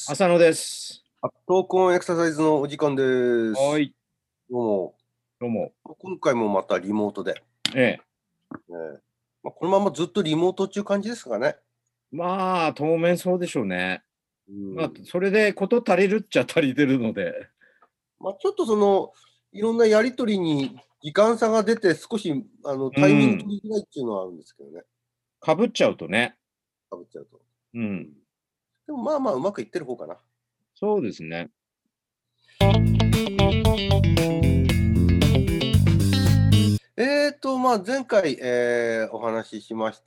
浅野です。 トークオンエクササイズのお時間です。 はい、 どうも。 どうも。 今回もまたリモートで。 ええ。 このままずっとリモートっていう感じですかね。 まあ、当面そうでしょうね。 うまあ、 ん。 それで事足りるっちゃ足りてるので。 ちょっといろんなやり取りに時間差が出て、少しうタイミングん、 取りづらいっていうのはあるんですけどね、 かぶっちゃうとね。 かぶっちゃうと。 うん、 うん。でもまあまあ、うまくいってる方かな。 そうですね。 前回、お話ししました、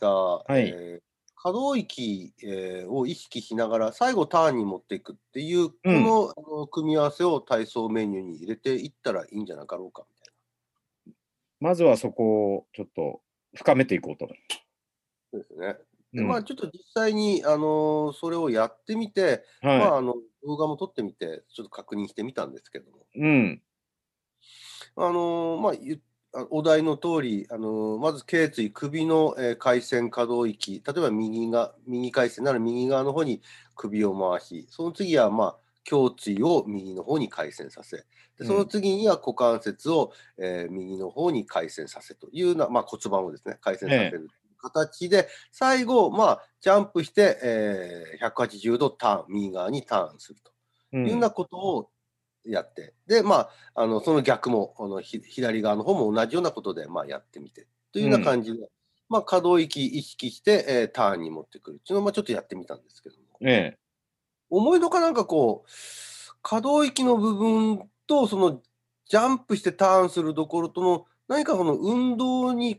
はい。 可動域、を意識しながら、最後ターンに持っていくっていう、 うん。 組み合わせを体操メニューに入れていったらいいんじゃなかろうかみたいまずはそこをちょっと深めていこうと。 な。そうですね。で、 うん。 ちょっと実際に、それをやってみて、 はい。 動画も撮ってみて、ちょっと確認してみたんですけども。 うん。 あの、まあ、ゆお題の通り、まず頸椎、首の、回旋可動域、例えば右回旋なら右側の方に首を回し、その次は、胸椎を右の方に回旋させ、で、そのうん。 次には股関節を、右の方に回旋させというような、骨盤をですね、回旋ええ。 させる形で、最後、ジャンプして、180度ターン、右側にターンするというようなうん。 ことをやって、で、その逆も、左側の方も同じようなことで、やってみてというようなうん。 感じで、可動域意識して、ターンに持ってくるっていうのを、ちょっとやってみたんですけども。 ええ。 思いのほかなんかこう、可動域の部分と、ジャンプしてターンするところとの、何かこの運動に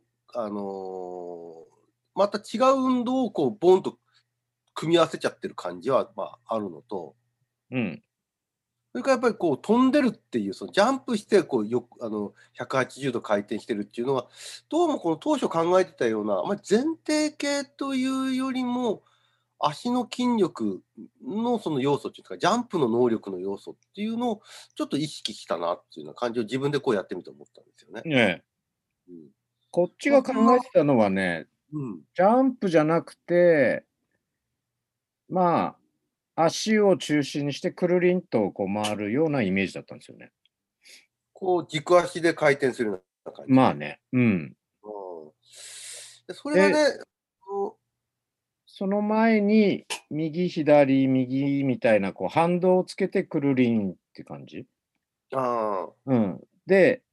また違う運動をボンと組み合わせちゃってる感じは、あるのと、 うん。 それからやっぱり飛んでるっていう、そのジャンプして180度回転してるっていうのは、どうもこの当初考えてたような、前提系というよりも、足の筋力のその要素っていうか、ジャンプの能力の要素っていうのをちょっと意識したなっていうような感じを自分でやってみて思ったんですよね。 ええ。 うん。 こっちが考そんなえてたのはね、 うん。 ジャンプじゃなくて、ま足を中心にしてくるりんと回るようなイメージだったんですよね。 軸足で回転するような感じで。 まあね、うん。 うん。で、それがで、 ね、こその前に、右左右みたいな反動をつけてくるりんって感じ。 ああ、 うん。で、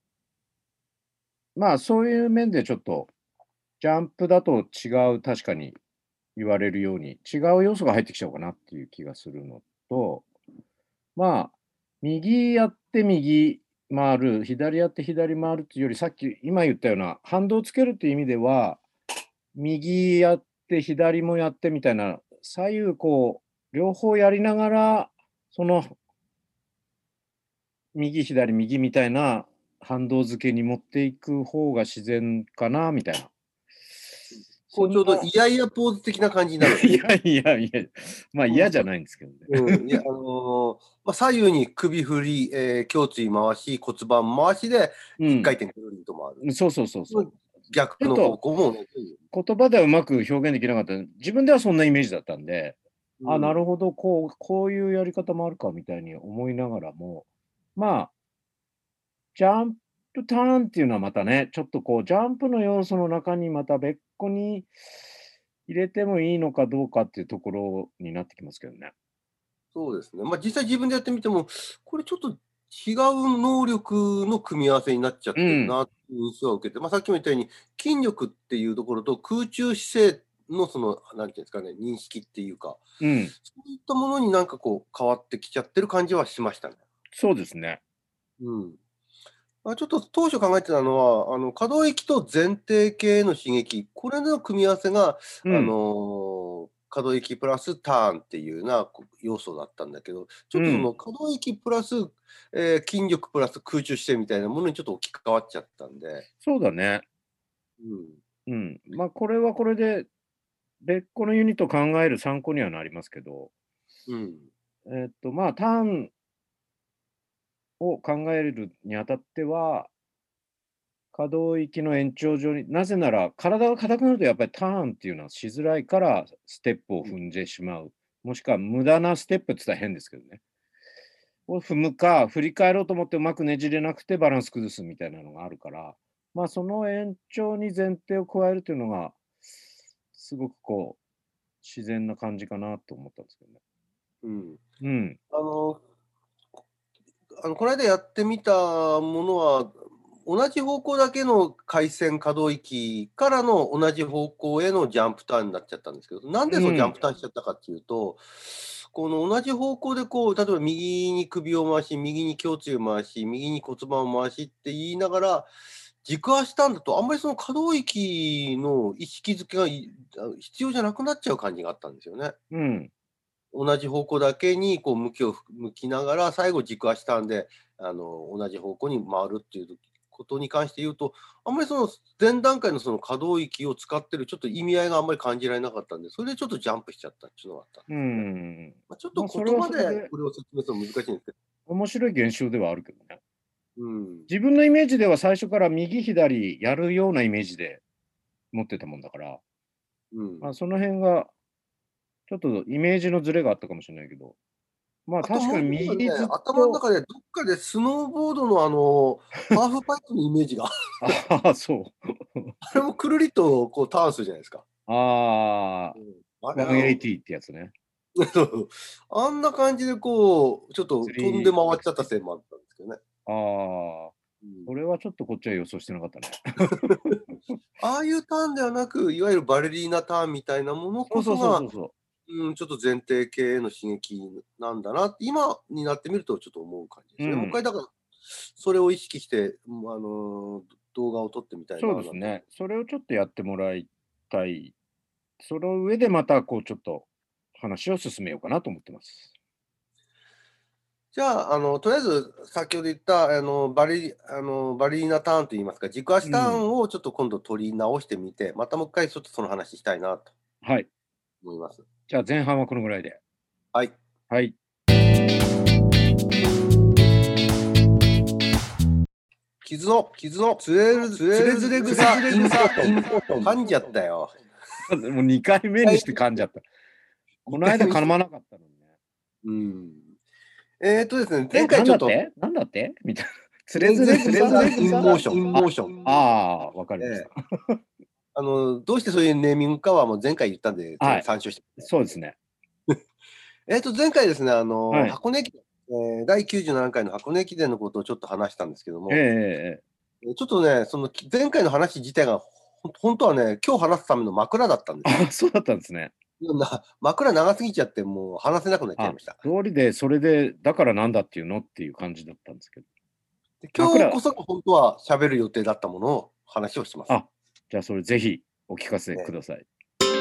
そういう面でちょっと、ジャンプだと違う、確かに言われるように、違う要素が入ってきちゃうかなっていう気がするのと、まあ、右やって右回る、左やって左回るっていうより、さっき今言ったような反動をつけるっていう意味では、右やって左もやってみたいな、左右両方やりながら、その右左右みたいな反動付けに持っていく方が自然かなみたいな。 ちょうどそんな嫌々ポーズ的な感じになるわけいですね。 やいやいや、 うん、 嫌じゃないんですけどね。 いや、左右に首振り、胸椎回し、骨盤回しで一回うん。 転くるりと回る。 そうそうそうそう。ちょ逆の方っと向も同じ。 言葉ではうまく表現できなかった。自分ではそんなイメージだったんで、あ、なうん。 るほど、こういうやり方もあるかみたいに思いながらも、まあ、ジャンプターンっていうのはまたね、ちょっとジャンプの要素の中にまた別個に入れてもいいのかどうかっていうところになってきますけどね。 そうですね。実際自分でやってみても、これちょっと違う能力の組み合わせになっちゃってるうん、 なっていう印象を受けて、さっきも言ったように、筋力っていうところと空中姿勢のなんていうんですかね、認識っていうか、 うん、 そういったものになんか変わってきちゃってる感じはしましたね。 そうですね。 うん。ちょっと当初考えてたのは、可動域と前提系への刺激、これの組み合わせが、 うん、 可動域プラスターンっていうような要素だったんだけど、ちょっとそうん、 の可動域プラス、筋力プラス空中姿勢みたいなものにちょっと置き換わっちゃったんで、 そうだね。 うん、 うん。これはこれで別個のユニットを考える参考にはなりますけど、 うん、 ターンを考えるにあたっては、可動域の延長上になぜなら体が硬くなるとやっぱりターンっていうのはしづらいから、ステップをうん、 踏んでしまう。 もしくは無駄なステップって言ったら変ですけどね。を踏むか、振り返ろうと思ってうまくねじれなくてバランス崩すみたいなのがあるから、まあ、その延長に前提を加えるというのが、すごくこう、自然な感じかなと思ったんですけどね。 うん。 うん。 あの、この間やってみたものは、同じ方向だけの回線可動域からの同じ方向へのジャンプターンになっちゃったんですけど、なんでそのジャンうん。 プターンしちゃったかっていうと、この同じ方向でこう、例えば右に首を回し、右に胸椎を回し、右に骨盤を回しって言いながら、軸足ターンだとあんまりその可動域の意識づけが必要じゃなくなっちゃう感じがあったんですよね。 うん。 同じ方向だけにこう向きながら、最後軸足ターンで、同じ方向に回るっていうことに関して言うと、あんまりその前段階のその可動域を使ってるちょっと意味合いがあんまり感じられなかったんで、それでちょっとジャンプしちゃったっていうのがあったんうですよね。 ん。 まあ、ちょっとまあ、それは言葉でそれでこれを説明するの難しいんですけど。 面白い現象ではあるけどね。 うん。 自分のイメージでは最初から右左やるようなイメージで持ってたもんだから、 うん。 まあ、その辺がちょっとイメージのズレがあったかもしれないけど、まあ、 あと確かにもう一つはね、 右ずっと、 頭の中でどっかでスノーボードのハーフパイプのイメージが、 ああ、そう。 あれもくるりとこうターンするじゃないですか。 ああ、 うん。あれは 180ってやつね。 そうあんな感じでこう、ちょっと飛んで回っちゃったせいもあったんですけどね。 ああ、 うん。 それはちょっとこっちは予想してなかったね。 ああいうターンではなく、いわゆるバレリーナターンみたいなものそうそうそうそこそが、 うそう。 ちょっと前提系への刺激なんだなって、今になってみるとちょっと思う感じですね。もう一うん。 回だから、それを意識して、動画を撮ってみたいそうななんて。 ですね。それをちょっとやってもらいたい。その上でまたこうちょっと話を進めようかなと思ってます。 じゃあ、とりあえず先ほど言った、バレリーナターンといいますか、軸足ターうん。 ンをちょっと今度取り直してみて、またもう一回ちょっとその話したいなとはい。 思います。 じゃあ前半はこのぐらいで。 はい。 はい。 傷のつれずれ草インポートン。噛んじゃったよ。 もう2回目にして噛んじゃった。この間噛まなかったのにね。 うん。ですね、前なんだっ回ちょっと、 てなんだってみたいな。つつれずれれづれ草インモー草。 ション。インモーション。 ああ、わかりましええ。 た。 どうしてそういうネーミングかはもう前回言ったんで、 はい。 参照して。 そうですね。 前回ですね、 はい。 箱根駅伝、第97回の箱根駅伝のことをちょっと話したんですけどええも、 ええええ。 ちょっとね、その前回の話自体が、ほんとはね、今日話すための枕だったんですよ。 あ、そうだったんですね。 枕長すぎちゃって、もう話せなくなっちゃいあ、 ました。 道理でそれで、だからなんだっていうのっていう感じだったんですけど。 で、今日枕こそがほんとは喋る予定だったものを話をします。 あ、じゃあそれぜひお聞かせええ。 ください。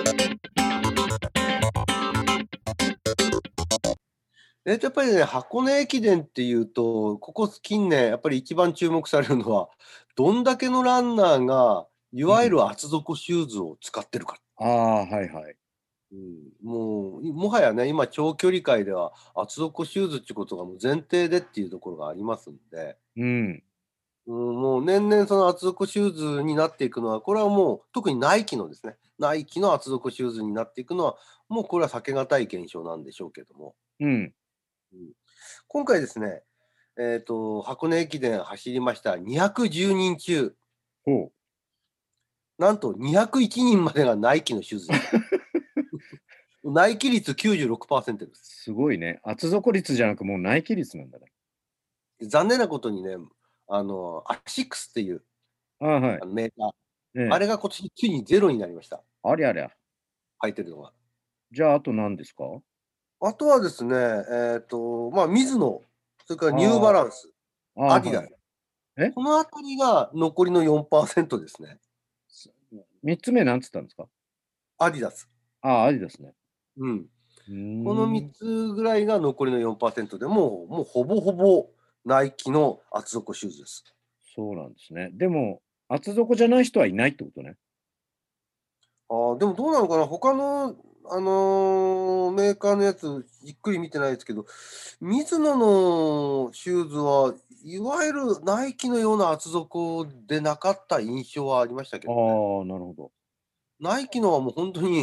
やっぱりね、箱根駅伝っていうと、ここ近年やっぱり一番注目されるのは、どんだけのランナーが、いわゆうん。 る厚底シューズを使ってるか。 ああ、はいはい。 もはやね、今長距離界では厚底シューズっていうことがもう前提でっていうところがありますんで、 うん。 もう年々その厚底シューズになっていくのは、これはもう特にナイキのですね、ナイキの厚底シューズになっていくのは、もうこれは避けがたい現象なんでしょうけども。 うん。 うん、今回ですね、箱根駅伝走りました210人中、 ほう。 なんと201人までがナイキのシューズでした。ナイキ率96%です。 すごいね。厚底率じゃなくもう内規率なんだね。 残念なことにね、アシックスっていうああ、はい。 メーカー、 ええ。 あれが今年ついにゼロになりました。 ありゃりゃ。 履いてるのが。 じゃあ、あと何ですか？ あとはですね、ミズノ、それからニューバあランス、 あ、ああ、 アディダス、 はい。え？ このあたりが残りの4%ですね。 3つ目なんつったんですか？ アディダス。 ああ、アディダスね。 うん。 うーこの3 ん。 つぐらいが残りの4%で、もうほぼほぼナイキの厚底シューズです。 そうなんですね。でも、厚底じゃない人はいないってことね。 でもどうなのかな、他の、メーカーのやつ、じっくり見てないですけど、ミズノのシューズは、いわゆるナイキのような厚底でなかった印象はありましたけあどね。 あ、なるほど。 ナイキのはもう本当に、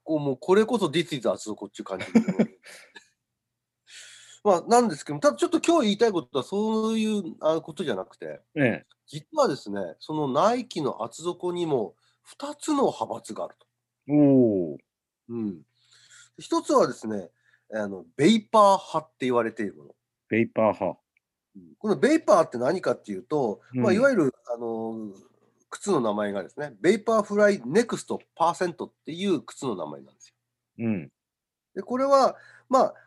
構もうこれこそ This is 厚底っていう感じのもの。まあ、なんですけど、ただちょっと今日言いたいことはそういうことじゃなくて、 ええ。 実はですね、そのナイキの厚底にも2つの派閥があると。 おお、 うん。1つはですね、ベイパー派って言われているもの。 ベイパー派。 このベイパーって何かっていうと、まあ、いうん、 わゆる靴の名前がですね、ベイパーフライネクストパーセントっていう靴の名前なんですよ。 うん、 で、これは、まあ、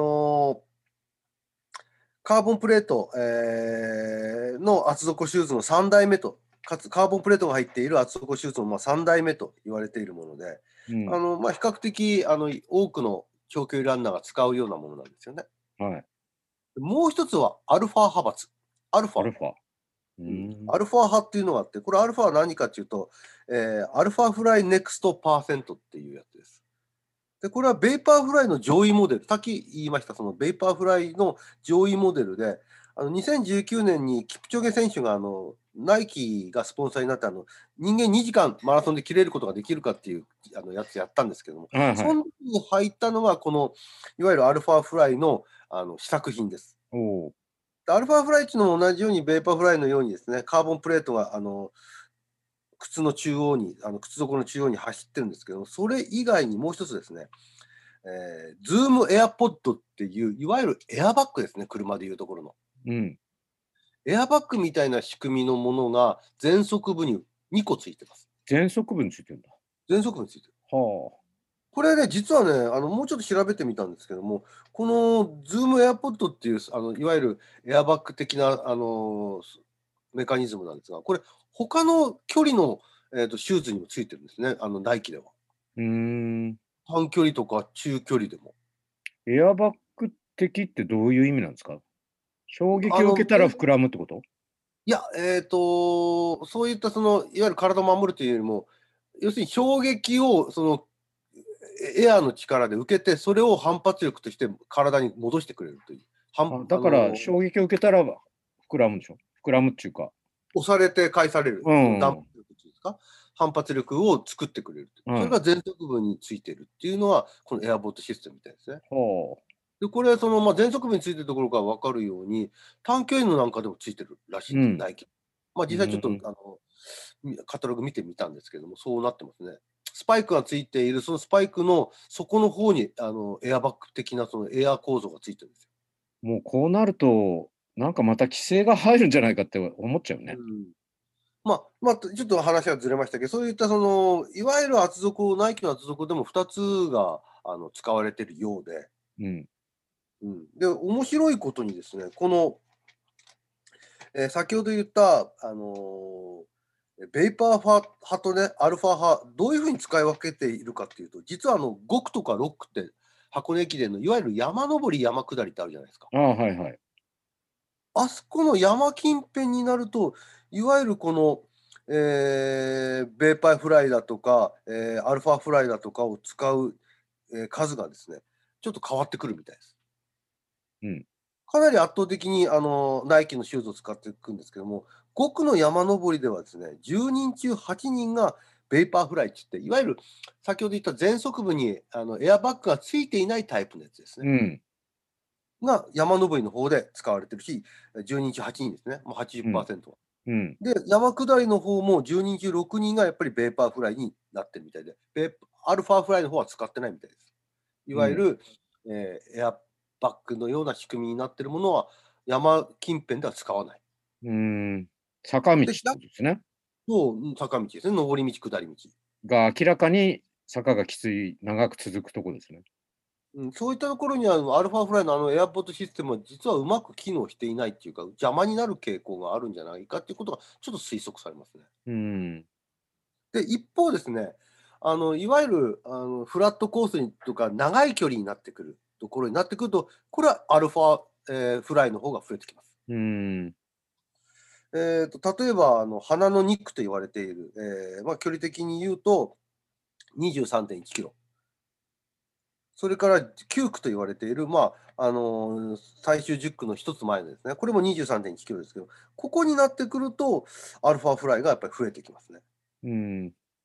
カーボンプレート、の厚底シューズの3代目と、かつカーボンプレートが入っている厚底シューズの3代目と言われているもので、 うん。 まあ、比較的多くの長距離ランナーが使うようなものなんですよね。 はい。 もう一つはアルファ派閥。アルファ。 アルファ。うーん。 アルファ派っていうのがあって、これアルファは何かっていうと、アルファフライネクストパーセントっていうやつです。で、これはベイパーフライの上位モデル、さっき言いました、そのベイパーフライの上位モデルで、2019年にキプチョゲ選手がナイキがスポンサーになって人間2時間マラソンで切れることができるかっていうやつやったんですけども、 はいはい。 その時に入ったのが、このいわゆるアルファフライの試作品です。 おお。 アルファフライっていうのも同じように、ベーパーフライのようにですね、カーボンプレートが靴の中央に、靴底の中央に走ってるんですけども、それ以外にもう一つですね、ズームエアポッドっていう、いわゆるエアバッグですね、車でいうところの。 うん。 エアバッグみたいな仕組みのものが前足部に2個ついてます。 全速分ついてんだ。 前足部についてる。 はあ。 これね、実はね、もうちょっと調べてみたんですけども、このズームエアポッドっていう、いわゆるエアバッグ的な、メカニズムなんですが、これ、他の距離の、シューズにもついてるんですね、ナイキでは。 うーん。 短距離とか中距離でも。 エアバッグ的ってどういう意味なんですか？衝撃を受けたらベ膨らむってこと？ いや、そういったいわゆる体を守るというよりも、要するに衝撃をエアの力で受けて、それを反発力として体に戻してくれるという。はんあ、だから衝撃を受けたら膨らむでしょ？膨らむっちゅうか。 押されて返される、 うそのダンプん。 力っていうんですか、反発力を作ってくれる。それはい。 が前足部についてるっていうのは、このエアボットシステムみたいですね。 はあ。 で、これ前足部についてるところから分かるように、短距離のなんかでもついてるらしいんですよ、 うん。 ナイキ。ま、実際ちょっとうん。 カタログ見てみたんですけども、そうなってますね。スパイクがついている、そのスパイクの底の方に、エアバッグ的なそのエア構造がついてるんですよ。 もうこうなると、なんかまた規制が入るんじゃないかって思っちゃうね。 うん。ちょっと話はずれましたけど、そういったいわゆる厚底、ナイキの厚底でも2つが、使われてるようで、 うん。 で、面白いことにですね、この、先ほど言った、ベイパー派とね、アルファ派、どういう風に使い分けているかっていうと、実は5区とか6区って、箱根駅伝のいわゆる山登り、山下りってあるじゃないですか。 ああ、はいはい。 あそこの山近辺になると、いわゆるこの、ベーパーフライだとか、アルファフライだとかを使う、数がですね、ちょっと変わってくるみたいです。 うん。 かなり圧倒的にナイキのシューズを使っていくんですけども、5区の山登りではですね、10人中8人がベーパーフライって言って、いわゆる先ほど言った前足部にエアバッグがついていないタイプのやつですね。 うん。 が山登りの方で使われてるし、10人中8人ですね、もううん。 80%は。 うん。 で、山下りの方も10人中6人がやっぱりベーパーフライになってるみたいで、アルファフライの方は使ってないみたいです。いうん。 わゆる、エアバッグのような仕組みになってるものは、山近辺では使わない。 うーん。坂道ってで、 ことですね。 坂道ですね、上り道、下り道。 が、明らかに坂がきつい、長く続くとこですね。 そういったところには、アルファフライのエアポッドシステムは実はうまく機能していないっていうか、邪魔になる傾向があるんじゃないかっていうことがちょっと推測されますね。 うーん。 で、一方ですね、いわゆる、フラットコースにとか、長い距離になってくるところになってくると、これはアルファ、フライの方が増えてきます。 うーん。 例えば、花のニックと言われている、距離的に言うと、23.1キロ。それから9区と言われている、最終10区の一つ前のですね、これも23.1キロですけど、ここになってくると、アルファフライがやっぱり増えてきますね。 うーん。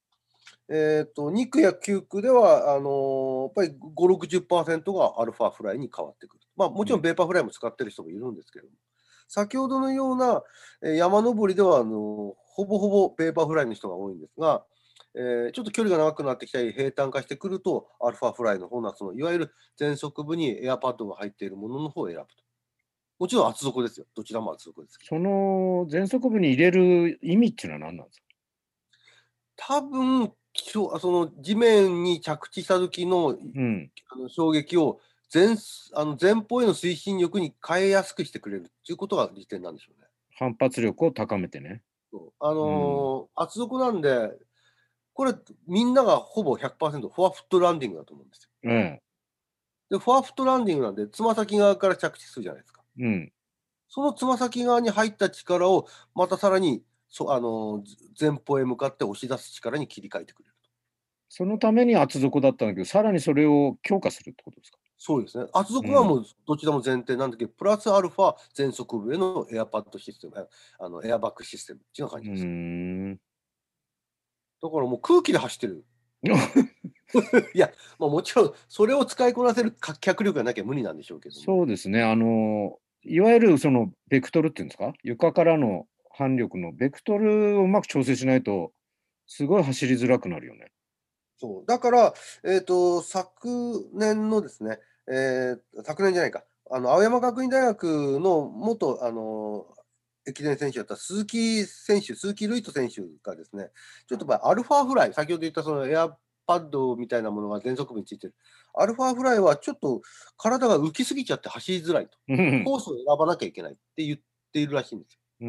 2区や9区では、やっぱり5、60%がアルファフライに変わってくる。まあ、もちろんベーパーフライも使ってる人もいるんですけども、先ほどのような、山登りでは、ほぼほぼベーパーフライの人が多いんですが、ちょっと距離が長くなってきたり、平坦化してくると、アルファフライの方のいわゆる前足部にエアパッドが入っているものの方を選ぶと。もちろん厚底ですよ。どちらも厚底ですけど。 その前足部に入れる意味っていうのは何なんですか？ 多分、地面に着地した時の、 うん。 衝撃を前方への推進力に変えやすくしてくれるっていうことが利点なんでしょうね。 反発力を高めてね。 そう。 うん。 厚底なんで、これみんながほぼ100%フォアフットランディングだと思うんですよ。 ええ。 で、フォアフットランディングなんで、つま先側から着地するじゃないですか。 うん。 そのつま先側に入った力を、またさらに、前方へ向かって押し出す力に切り替えてくれると。 そのために厚底だったんだけど、さらにそれを強化するってことですか？ そうですね。厚うん。 底はもうどちらも前提なんだけど、プラスアルファ前足部へのエアパッドシステム、エアバッグシステムっていうようなう感じですよ。 ーん。 だからもう空気で走ってる。いや、もちろんそれを使いこなせる脚力がなきゃ無理なんでしょうけども。 そうですね。いわゆるそのベクトルっていうんですか、床からの反力のベクトルをうまく調整しないと、すごい走りづらくなるよね。 そう、だから、昨年のですね、昨年じゃないか、青山学院大学の元、駅伝選手だった鈴木瑠人選手がですね、ちょっとアルファフライ、先ほど言ったそのエアパッドみたいなものが前足部についてる。アルファフライはちょっと体が浮きすぎちゃって走りづらいと。 うん。 コースを選ばなきゃいけないって言っているらしいんですよ。 うん。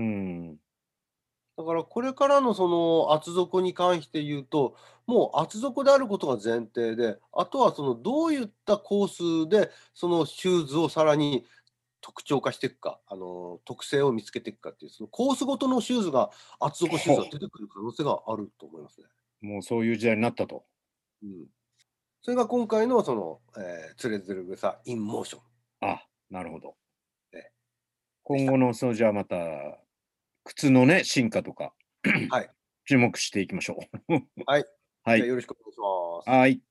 だからこれからのその厚底に関して言うと、もう厚底であることが前提で、あとはそのどういったコースでそのシューズをさらに特徴化していくか、特性を見つけていくかっていう、そのコースごとのシューズが厚底シューズがほ出てくる可能性があると思いますね。 もうそういう時代になったと。 うん。それが今回のその、つれづれ草インモーション、 あ、なるほど。 え、でした。 今後のじゃあまた、靴のね、進化とか、 はい。 注目していきましょう。 はい。 はい。 じゃあよろしくお願いします。 はい。